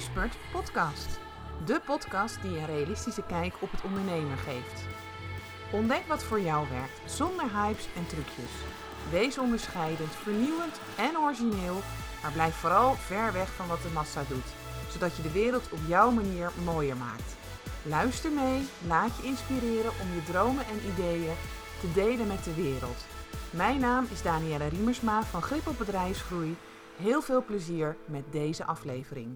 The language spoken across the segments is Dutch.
Nuuspert podcast. De podcast die een realistische kijk op het ondernemen geeft. Ontdek wat voor jou werkt, zonder hypes en trucjes. Wees onderscheidend, vernieuwend en origineel, maar blijf vooral ver weg van wat de massa doet, zodat je de wereld op jouw manier mooier maakt. Luister mee, laat je inspireren om je dromen en ideeën te delen met de wereld. Mijn naam is Danielle Riemersma van Grip op Bedrijfsgroei. Heel veel plezier met deze aflevering.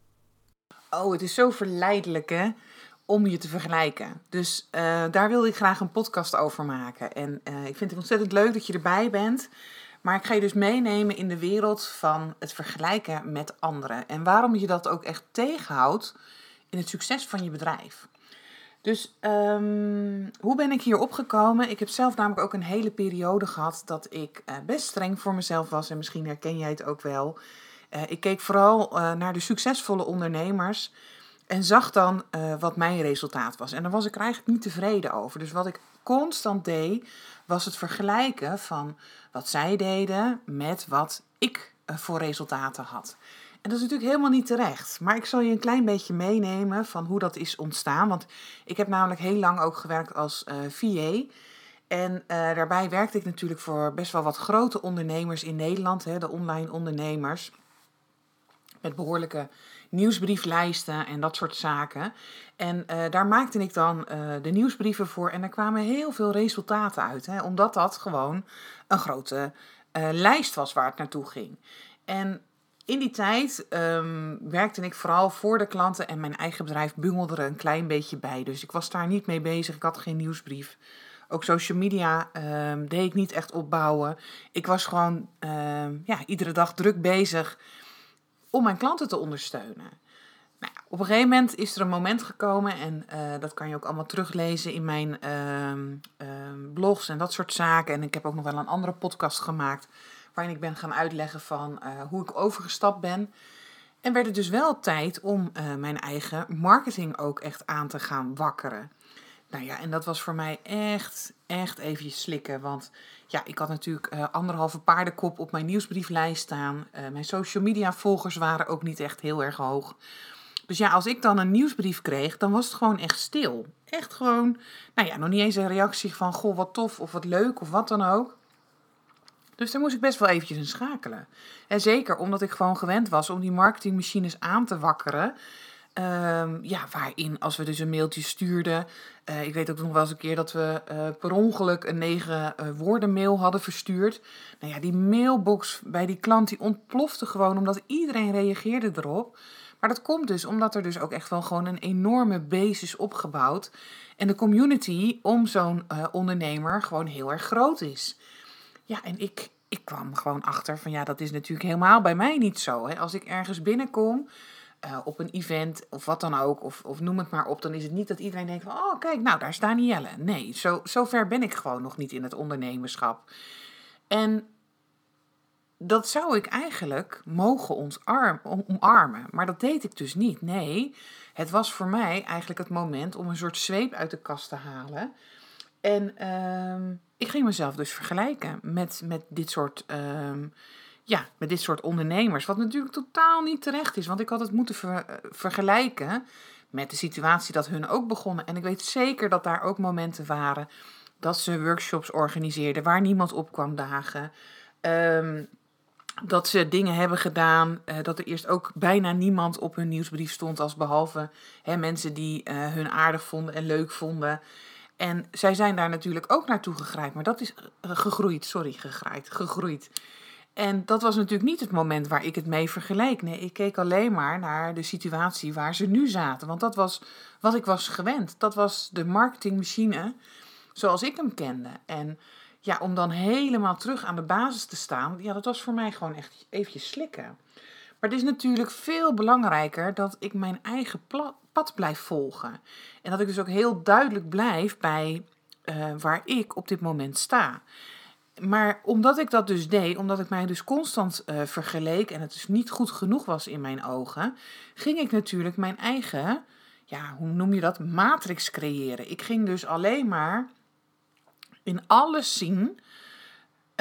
Oh, het is zo verleidelijk hè, om je te vergelijken. Dus daar wilde ik graag een podcast over maken. En ik vind het ontzettend leuk dat je erbij bent. Maar ik ga je dus meenemen in de wereld van het vergelijken met anderen. En waarom je dat ook echt tegenhoudt in het succes van je bedrijf. Dus hoe ben ik hier opgekomen? Ik heb zelf namelijk ook een hele periode gehad dat ik best streng voor mezelf was. En misschien herken jij het ook wel. Ik keek vooral naar de succesvolle ondernemers en zag dan wat mijn resultaat was. En daar was ik er eigenlijk niet tevreden over. Dus wat ik constant deed, was het vergelijken van wat zij deden met wat ik voor resultaten had. En dat is natuurlijk helemaal niet terecht. Maar ik zal je een klein beetje meenemen van hoe dat is ontstaan. Want ik heb namelijk heel lang ook gewerkt als VA. En daarbij werkte ik natuurlijk voor best wel wat grote ondernemers in Nederland. Hè, de online ondernemers. Met behoorlijke nieuwsbrieflijsten en dat soort zaken. En daar maakte ik dan de nieuwsbrieven voor. En er kwamen heel veel resultaten uit. Hè, omdat dat gewoon een grote lijst was waar het naartoe ging. En in die tijd werkte ik vooral voor de klanten en mijn eigen bedrijf bungelde er een klein beetje bij. Dus ik was daar niet mee bezig. Ik had geen nieuwsbrief. Ook social media deed ik niet echt opbouwen. Ik was gewoon iedere dag druk bezig om mijn klanten te ondersteunen. Nou, op een gegeven moment is er een moment gekomen en dat kan je ook allemaal teruglezen in mijn blogs en dat soort zaken. En ik heb ook nog wel een andere podcast gemaakt waarin ik ben gaan uitleggen van hoe ik overgestapt ben. En werd het dus wel tijd om mijn eigen marketing ook echt aan te gaan wakkeren. Nou ja, en dat was voor mij echt even slikken. Want ja, ik had natuurlijk 1,5 paardenkop op mijn nieuwsbrieflijst staan. Mijn social media volgers waren ook niet echt heel erg hoog. Dus ja, als ik dan een nieuwsbrief kreeg, dan was het gewoon echt stil. Echt gewoon, nog niet eens een reactie van goh, wat tof of wat leuk of wat dan ook. Dus daar moest ik best wel eventjes in schakelen. En zeker omdat ik gewoon gewend was om die marketingmachines aan te wakkeren. Waarin als we dus een mailtje stuurden. Ik weet ook nog wel eens een keer dat we per ongeluk een 9 woorden mail hadden verstuurd. Nou ja, die mailbox bij die klant die ontplofte gewoon omdat iedereen reageerde erop. Maar dat komt dus omdat er dus ook echt wel gewoon een enorme base is opgebouwd. En de community om zo'n ondernemer gewoon heel erg groot is. Ja, en ik kwam gewoon achter van ja, dat is natuurlijk helemaal bij mij niet zo. Hè. Als ik ergens binnenkom op een event of wat dan ook, of noem het maar op, dan is het niet dat iedereen denkt van oh kijk, nou daar staan Danielle. Nee, zo ver ben ik gewoon nog niet in het ondernemerschap. En dat zou ik eigenlijk mogen omarmen, maar dat deed ik dus niet. Nee, het was voor mij eigenlijk het moment om een soort zweep uit de kast te halen. En ik ging mezelf dus vergelijken met dit soort met dit soort ondernemers. Wat natuurlijk totaal niet terecht is. Want ik had het moeten vergelijken met de situatie dat hun ook begonnen. En ik weet zeker dat daar ook momenten waren dat ze workshops organiseerden waar niemand op kwam dagen. Dat ze dingen hebben gedaan, dat er eerst ook bijna niemand op hun nieuwsbrief stond als behalve mensen die hun aardig vonden en leuk vonden. En zij zijn daar natuurlijk ook naartoe gegroeid, maar dat is gegroeid. En dat was natuurlijk niet het moment waar ik het mee vergeleek. Nee, ik keek alleen maar naar de situatie waar ze nu zaten. Want dat was wat ik was gewend. Dat was de marketingmachine zoals ik hem kende. En ja, om dan helemaal terug aan de basis te staan, ja, dat was voor mij gewoon echt eventjes slikken. Maar het is natuurlijk veel belangrijker dat ik mijn eigen pad blijf volgen. En dat ik dus ook heel duidelijk blijf bij waar ik op dit moment sta. Maar omdat ik dat dus deed, omdat ik mij dus constant vergeleek en het dus niet goed genoeg was in mijn ogen, ging ik natuurlijk mijn eigen, hoe noem je dat, matrix creëren. Ik ging dus alleen maar in alles zien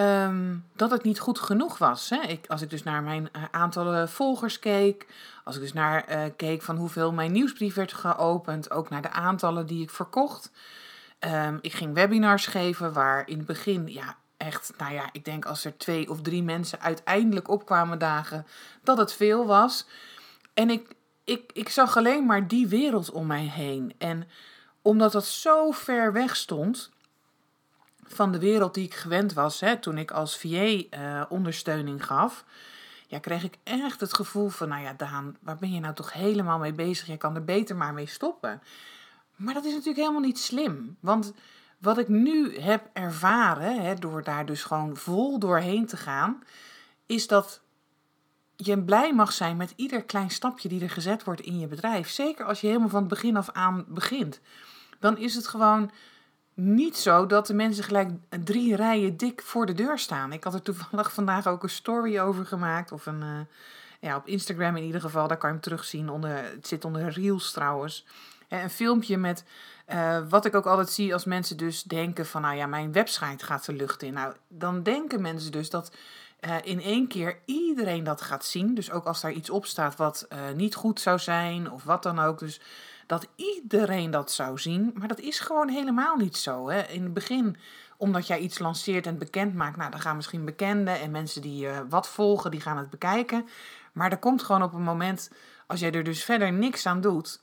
dat het niet goed genoeg was. Hè? Als ik dus naar mijn aantallen volgers keek, als ik dus naar keek van hoeveel mijn nieuwsbrief werd geopend, ook naar de aantallen die ik verkocht. Ik ging webinars geven waar in het begin, ik denk als er 2 of 3 mensen uiteindelijk opkwamen dagen, dat het veel was. En ik zag alleen maar die wereld om mij heen. En omdat dat zo ver weg stond van de wereld die ik gewend was, toen ik als VA ondersteuning gaf, kreeg ik echt het gevoel van, Daan, waar ben je nou toch helemaal mee bezig? Je kan er beter maar mee stoppen. Maar dat is natuurlijk helemaal niet slim. Want wat ik nu heb ervaren, door daar dus gewoon vol doorheen te gaan, is dat je blij mag zijn met ieder klein stapje die er gezet wordt in je bedrijf. Zeker als je helemaal van het begin af aan begint. Dan is het gewoon niet zo dat de mensen gelijk 3 rijen dik voor de deur staan. Ik had er toevallig vandaag ook een story over gemaakt. Of op Instagram in ieder geval. Daar kan je hem terugzien. Het zit onder Reels trouwens. Een filmpje met wat ik ook altijd zie als mensen dus denken van, mijn website gaat de lucht in. Nou, dan denken mensen dus dat in één keer iedereen dat gaat zien. Dus ook als daar iets op staat wat niet goed zou zijn of wat dan ook. Dus dat iedereen dat zou zien. Maar dat is gewoon helemaal niet zo. Hè? In het begin, omdat jij iets lanceert en bekend maakt, dan gaan misschien bekenden en mensen die wat volgen, die gaan het bekijken. Maar er komt gewoon op een moment, als jij er dus verder niks aan doet,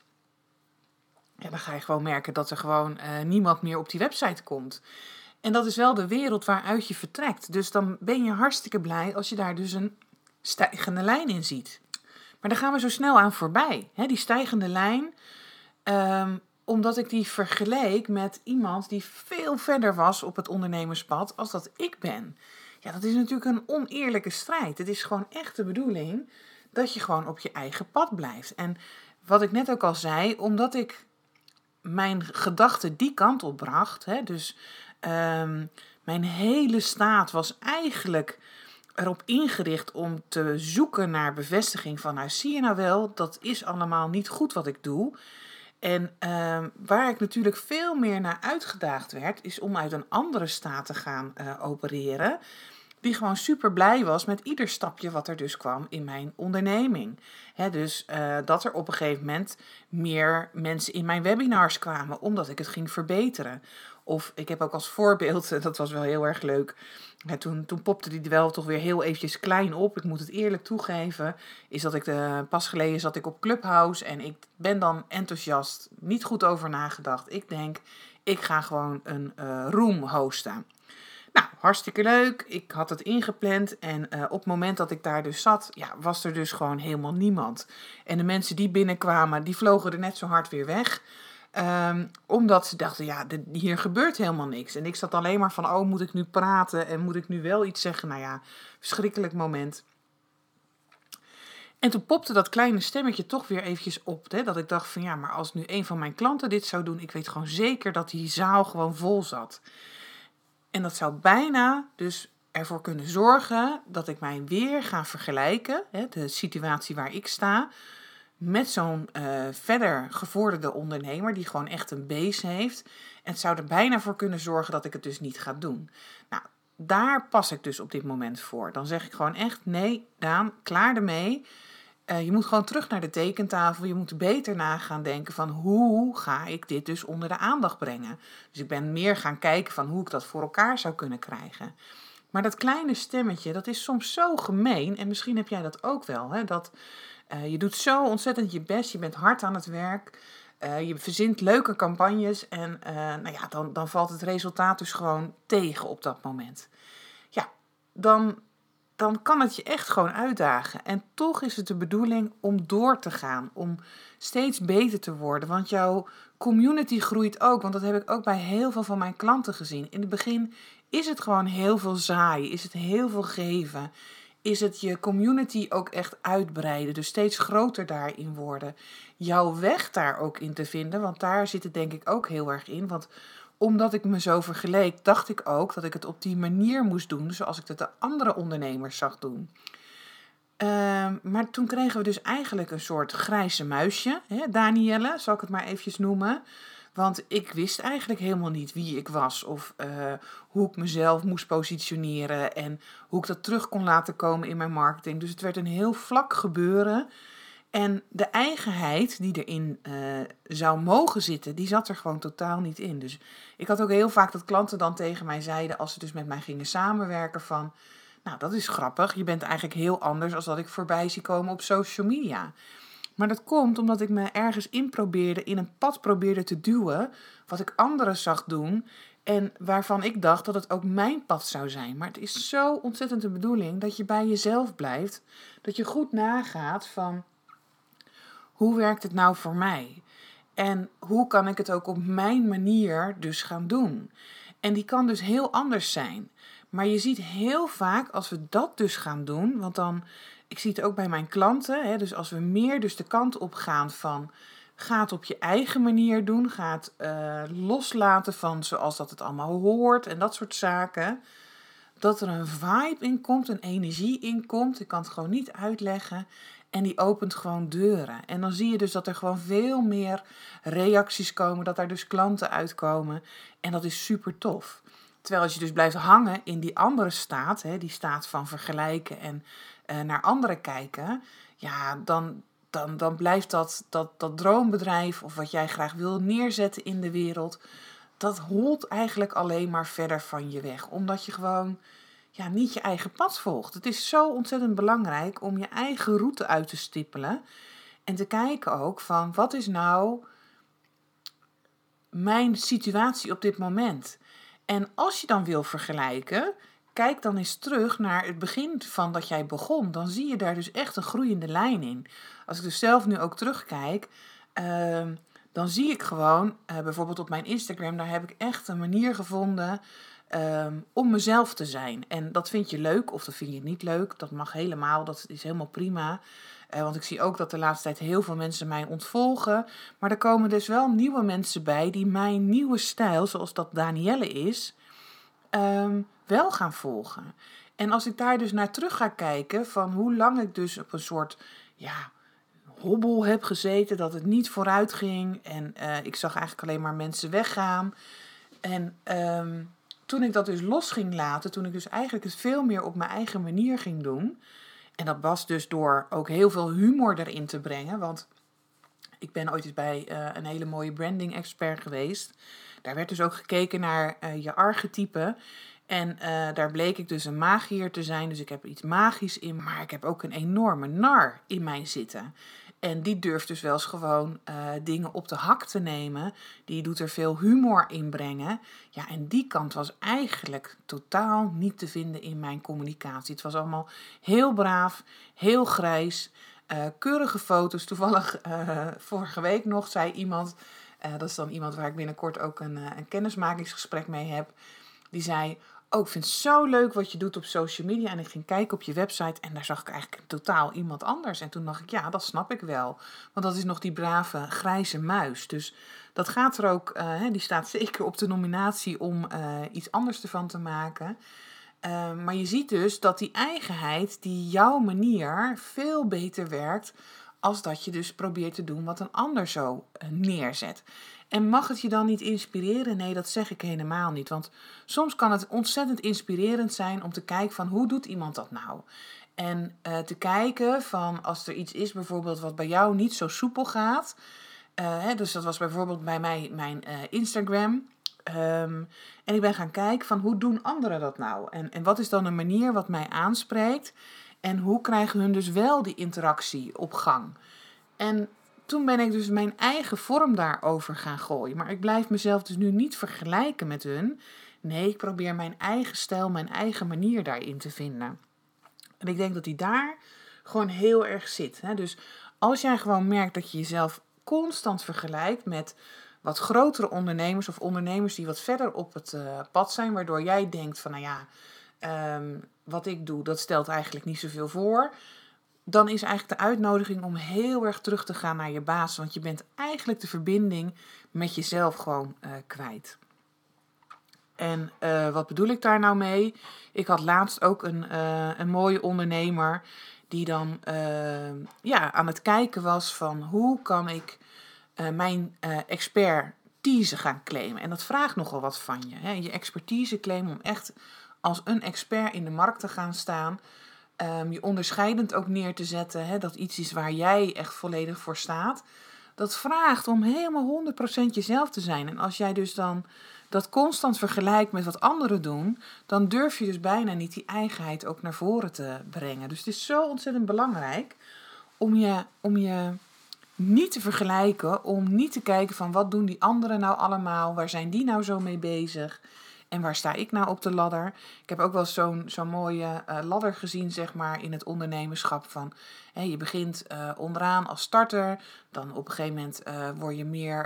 dan ga je gewoon merken dat er gewoon niemand meer op die website komt. En dat is wel de wereld waaruit je vertrekt. Dus dan ben je hartstikke blij als je daar dus een stijgende lijn in ziet. Maar daar gaan we zo snel aan voorbij. Hè? Die stijgende lijn, omdat ik die vergeleek met iemand die veel verder was op het ondernemerspad als dat ik ben. Ja, dat is natuurlijk een oneerlijke strijd. Het is gewoon echt de bedoeling dat je gewoon op je eigen pad blijft. En wat ik net ook al zei, omdat ik mijn gedachten die kant op bracht, dus mijn hele staat was eigenlijk erop ingericht om te zoeken naar bevestiging van, zie je nou wel, dat is allemaal niet goed wat ik doe. En waar ik natuurlijk veel meer naar uitgedaagd werd, is om uit een andere staat te gaan opereren, die gewoon super blij was met ieder stapje wat er dus kwam in mijn onderneming. Dus dat er op een gegeven moment meer mensen in mijn webinars kwamen, omdat ik het ging verbeteren. Of ik heb ook als voorbeeld, dat was wel heel erg leuk, toen popte die wel toch weer heel eventjes klein op. Ik moet het eerlijk toegeven, is dat pas geleden zat ik op Clubhouse en ik ben dan enthousiast, niet goed over nagedacht. Ik denk, ik ga gewoon een room hosten. Nou, hartstikke leuk. Ik had het ingepland en op het moment dat ik daar dus zat, was er dus gewoon helemaal niemand. En de mensen die binnenkwamen, die vlogen er net zo hard weer weg. Omdat ze dachten, hier gebeurt helemaal niks. En ik zat alleen maar van, moet ik nu praten en moet ik nu wel iets zeggen? Verschrikkelijk moment. En toen popte dat kleine stemmetje toch weer eventjes op. Dat ik dacht van, maar als nu een van mijn klanten dit zou doen, ik weet gewoon zeker dat die zaal gewoon vol zat. En dat zou bijna dus ervoor kunnen zorgen dat ik mij weer ga vergelijken, de situatie waar ik sta, met zo'n verder gevorderde ondernemer die gewoon echt een base heeft. En het zou er bijna voor kunnen zorgen dat ik het dus niet ga doen. Nou, daar pas ik dus op dit moment voor. Dan zeg ik gewoon echt, nee Daan, klaar ermee. Je moet gewoon terug naar de tekentafel. Je moet beter na gaan denken van hoe ga ik dit dus onder de aandacht brengen. Dus ik ben meer gaan kijken van hoe ik dat voor elkaar zou kunnen krijgen. Maar dat kleine stemmetje, dat is soms zo gemeen. En misschien heb jij dat ook wel. Dat je doet zo ontzettend je best. Je bent hard aan het werk. Je verzint leuke campagnes. En dan valt het resultaat dus gewoon tegen op dat moment. Ja, dan kan het je echt gewoon uitdagen. En toch is het de bedoeling om door te gaan. Om steeds beter te worden. Want jouw community groeit ook. Want dat heb ik ook bij heel veel van mijn klanten gezien. In het begin is het gewoon heel veel zaaien. Is het heel veel geven. Is het je community ook echt uitbreiden. Dus steeds groter daarin worden. Jouw weg daar ook in te vinden. Want daar zit het denk ik ook heel erg in. Want omdat ik me zo vergeleek, dacht ik ook dat ik het op die manier moest doen, zoals ik het de andere ondernemers zag doen. Maar toen kregen we dus eigenlijk een soort grijze muisje, Danielle, zal ik het maar eventjes noemen. Want ik wist eigenlijk helemaal niet wie ik was of hoe ik mezelf moest positioneren en hoe ik dat terug kon laten komen in mijn marketing. Dus het werd een heel vlak gebeuren. En de eigenheid die erin zou mogen zitten, die zat er gewoon totaal niet in. Dus ik had ook heel vaak dat klanten dan tegen mij zeiden, als ze dus met mij gingen samenwerken, van, nou, dat is grappig, je bent eigenlijk heel anders dan dat ik voorbij zie komen op social media. Maar dat komt omdat ik me ergens in een pad probeerde te duwen, wat ik anderen zag doen en waarvan ik dacht dat het ook mijn pad zou zijn. Maar het is zo ontzettend de bedoeling dat je bij jezelf blijft, dat je goed nagaat van, hoe werkt het nou voor mij? En hoe kan ik het ook op mijn manier dus gaan doen? En die kan dus heel anders zijn. Maar je ziet heel vaak als we dat dus gaan doen, want dan, ik zie het ook bij mijn klanten, hè, dus als we meer dus de kant op gaan van, ga het op je eigen manier doen, ga het loslaten van zoals dat het allemaal hoort en dat soort zaken, dat er een vibe in komt, een energie in komt, ik kan het gewoon niet uitleggen. En die opent gewoon deuren. En dan zie je dus dat er gewoon veel meer reacties komen, dat daar dus klanten uitkomen. En dat is super tof. Terwijl als je dus blijft hangen in die andere staat, hè, die staat van vergelijken en naar anderen kijken, ja, dan blijft dat droombedrijf of wat jij graag wil neerzetten in de wereld, dat holt eigenlijk alleen maar verder van je weg. Omdat je gewoon niet je eigen pad volgt. Het is zo ontzettend belangrijk om je eigen route uit te stippelen. En te kijken ook van, wat is nou mijn situatie op dit moment? En als je dan wil vergelijken, kijk dan eens terug naar het begin van dat jij begon. Dan zie je daar dus echt een groeiende lijn in. Als ik dus zelf nu ook terugkijk, dan zie ik gewoon, bijvoorbeeld op mijn Instagram, daar heb ik echt een manier gevonden om mezelf te zijn. En dat vind je leuk of dat vind je niet leuk. Dat mag helemaal, dat is helemaal prima. Want ik zie ook dat de laatste tijd heel veel mensen mij ontvolgen. Maar er komen dus wel nieuwe mensen bij die mijn nieuwe stijl, zoals dat Danielle is, wel gaan volgen. En als ik daar dus naar terug ga kijken van hoe lang ik dus op een soort hobbel heb gezeten, dat het niet vooruit ging. En ik zag eigenlijk alleen maar mensen weggaan. En toen ik dat dus los ging laten, toen ik dus eigenlijk het veel meer op mijn eigen manier ging doen. En dat was dus door ook heel veel humor erin te brengen. Want ik ben ooit eens bij een hele mooie branding expert geweest. Daar werd dus ook gekeken naar je archetype. En daar bleek ik dus een magier te zijn. Dus ik heb iets magisch in. Maar ik heb ook een enorme nar in mij zitten. En die durft dus wel eens gewoon dingen op de hak te nemen. Die doet er veel humor in brengen. Ja, en die kant was eigenlijk totaal niet te vinden in mijn communicatie. Het was allemaal heel braaf, heel grijs, keurige foto's. Toevallig vorige week nog zei iemand, dat is dan iemand waar ik binnenkort ook een kennismakingsgesprek mee heb. Die zei, oh, ik vind het zo leuk wat je doet op social media. En ik ging kijken op je website en daar zag ik eigenlijk totaal iemand anders. En toen dacht ik, ja, dat snap ik wel. Want dat is nog die brave grijze muis. Dus dat gaat er ook, die staat zeker op de nominatie om iets anders ervan te maken. Maar je ziet dus dat die eigenheid, die jouw manier, veel beter werkt als dat je dus probeert te doen wat een ander zo neerzet. En mag het je dan niet inspireren? Nee, dat zeg ik helemaal niet. Want soms kan het ontzettend inspirerend zijn om te kijken van hoe doet iemand dat nou? En te kijken van als er iets is bijvoorbeeld wat bij jou niet zo soepel gaat. Dus dat was bijvoorbeeld bij mij mijn Instagram. En ik ben gaan kijken van hoe doen anderen dat nou? En wat is dan een manier wat mij aanspreekt? En hoe krijgen hun dus wel die interactie op gang? En toen ben ik dus mijn eigen vorm daarover gaan gooien. Maar ik blijf mezelf dus nu niet vergelijken met hun. Nee, ik probeer mijn eigen stijl, mijn eigen manier daarin te vinden. En ik denk dat die daar gewoon heel erg zit. Hè? Dus als jij gewoon merkt dat je jezelf constant vergelijkt met wat grotere ondernemers of ondernemers die wat verder op het pad zijn, waardoor jij denkt van wat ik doe, dat stelt eigenlijk niet zoveel voor. Dan is eigenlijk de uitnodiging om heel erg terug te gaan naar je basis. Want je bent eigenlijk de verbinding met jezelf gewoon kwijt. En wat bedoel ik daar nou mee? Ik had laatst ook een mooie ondernemer die dan aan het kijken was van hoe kan ik mijn expert expertise gaan claimen. En dat vraagt nogal wat van je. Hè? Je expertise claimen om echt als een expert in de markt te gaan staan. Je onderscheidend ook neer te zetten. Hè? Dat iets is waar jij echt volledig voor staat. Dat vraagt om helemaal 100% jezelf te zijn. En als jij dus dan dat constant vergelijkt met wat anderen doen, dan durf je dus bijna niet die eigenheid ook naar voren te brengen. Dus het is zo ontzettend belangrijk om je niet te vergelijken, om niet te kijken van wat doen die anderen nou allemaal, waar zijn die nou zo mee bezig en waar sta ik nou op de ladder. Ik heb ook wel zo'n mooie ladder gezien, zeg maar, in het ondernemerschap van je begint onderaan als starter, dan op een gegeven moment word je meer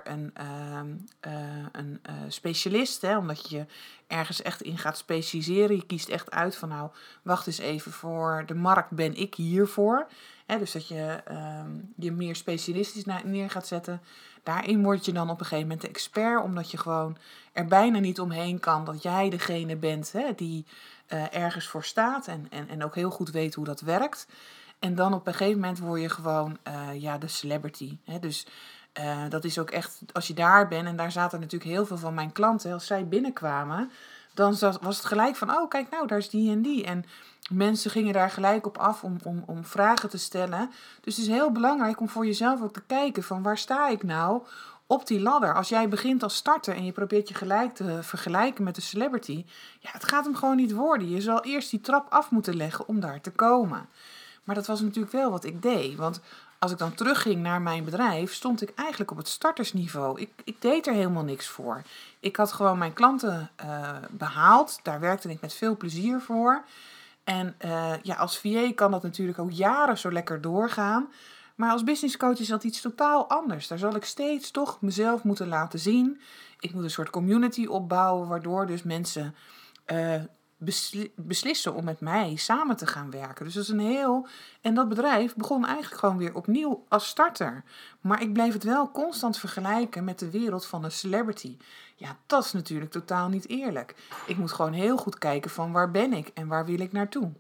een specialist, omdat je ergens echt in gaat specialiseren. Je kiest echt uit van nou, wacht eens even, voor de markt ben ik hiervoor. Dus dat je je meer specialistisch neer gaat zetten. Daarin word je dan op een gegeven moment de expert, omdat je gewoon er bijna niet omheen kan dat jij degene bent die ergens voor staat en ook heel goed weet hoe dat werkt. En dan op een gegeven moment word je gewoon de celebrity. Dus dat is ook echt, als je daar bent, en daar zaten natuurlijk heel veel van mijn klanten, als zij binnenkwamen, dan was het gelijk van, oh kijk nou, daar is die en die. En mensen gingen daar gelijk op af om vragen te stellen. Dus het is heel belangrijk om voor jezelf ook te kijken van waar sta ik nou op die ladder. Als jij begint als starter en je probeert je gelijk te vergelijken met de celebrity, het gaat hem gewoon niet worden. Je zal eerst die trap af moeten leggen om daar te komen. Maar dat was natuurlijk wel wat ik deed. Want als ik dan terugging naar mijn bedrijf, stond ik eigenlijk op het startersniveau. Ik deed er helemaal niks voor. Ik had gewoon mijn klanten behaald. Daar werkte ik met veel plezier voor. En als VA kan dat natuurlijk ook jaren zo lekker doorgaan. Maar als business coach is dat iets totaal anders. Daar zal ik steeds toch mezelf moeten laten zien. Ik moet een soort community opbouwen, waardoor dus mensen beslissen om met mij samen te gaan werken. Dus dat is en dat bedrijf begon eigenlijk gewoon weer opnieuw als starter. Maar ik bleef het wel constant vergelijken met de wereld van een celebrity. Ja, dat is natuurlijk totaal niet eerlijk. Ik moet gewoon heel goed kijken van waar ben ik en waar wil ik naartoe.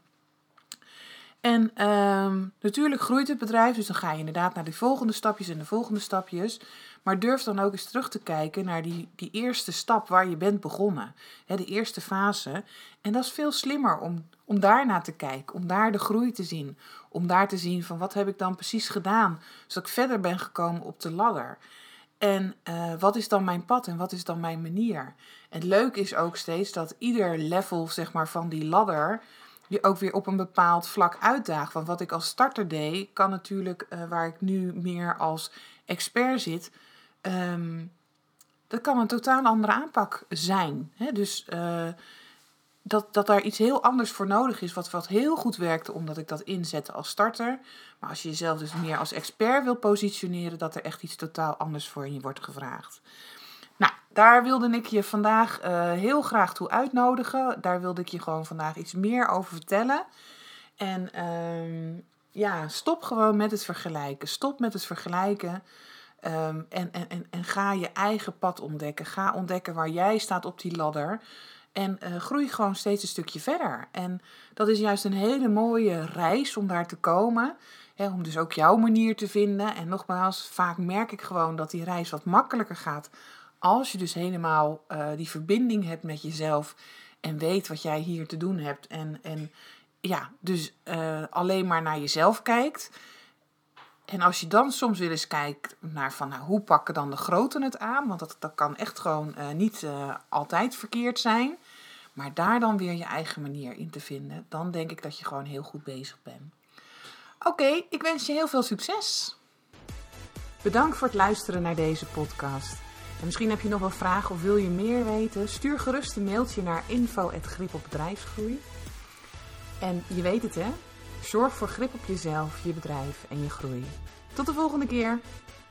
En natuurlijk groeit het bedrijf, dus dan ga je inderdaad naar de volgende stapjes en de volgende stapjes. Maar durf dan ook eens terug te kijken naar die eerste stap waar je bent begonnen. De eerste fase. En dat is veel slimmer om daarna te kijken, om daar de groei te zien. Om daar te zien van wat heb ik dan precies gedaan, zodat ik verder ben gekomen op de ladder. En wat is dan mijn pad en wat is dan mijn manier? En het leuke is ook steeds dat ieder level, zeg maar, van die ladder je ook weer op een bepaald vlak uitdaagt. Want wat ik als starter deed, kan natuurlijk, waar ik nu meer als expert zit, dat kan een totaal andere aanpak zijn. Dus dat daar iets heel anders voor nodig is, wat heel goed werkte, omdat ik dat inzette als starter. Maar als je jezelf dus meer als expert wil positioneren, dat er echt iets totaal anders voor je wordt gevraagd. Nou, daar wilde ik je vandaag heel graag toe uitnodigen. Daar wilde ik je gewoon vandaag iets meer over vertellen. En stop gewoon met het vergelijken. Stop met het vergelijken. En ga je eigen pad ontdekken. Ga ontdekken waar jij staat op die ladder. En groei gewoon steeds een stukje verder. En dat is juist een hele mooie reis om daar te komen. Om dus ook jouw manier te vinden. En nogmaals, vaak merk ik gewoon dat die reis wat makkelijker gaat als je dus helemaal die verbinding hebt met jezelf en weet wat jij hier te doen hebt. Dus alleen maar naar jezelf kijkt. En als je dan soms weer eens kijkt naar van hoe pakken dan de groten het aan. Want dat kan echt gewoon niet altijd verkeerd zijn. Maar daar dan weer je eigen manier in te vinden. Dan denk ik dat je gewoon heel goed bezig bent. Oké, ik wens je heel veel succes. Bedankt voor het luisteren naar deze podcast. En misschien heb je nog wel vragen of wil je meer weten? Stuur gerust een mailtje naar info@gripopbedrijfsgroei. En je weet het, hè? Zorg voor grip op jezelf, je bedrijf en je groei. Tot de volgende keer!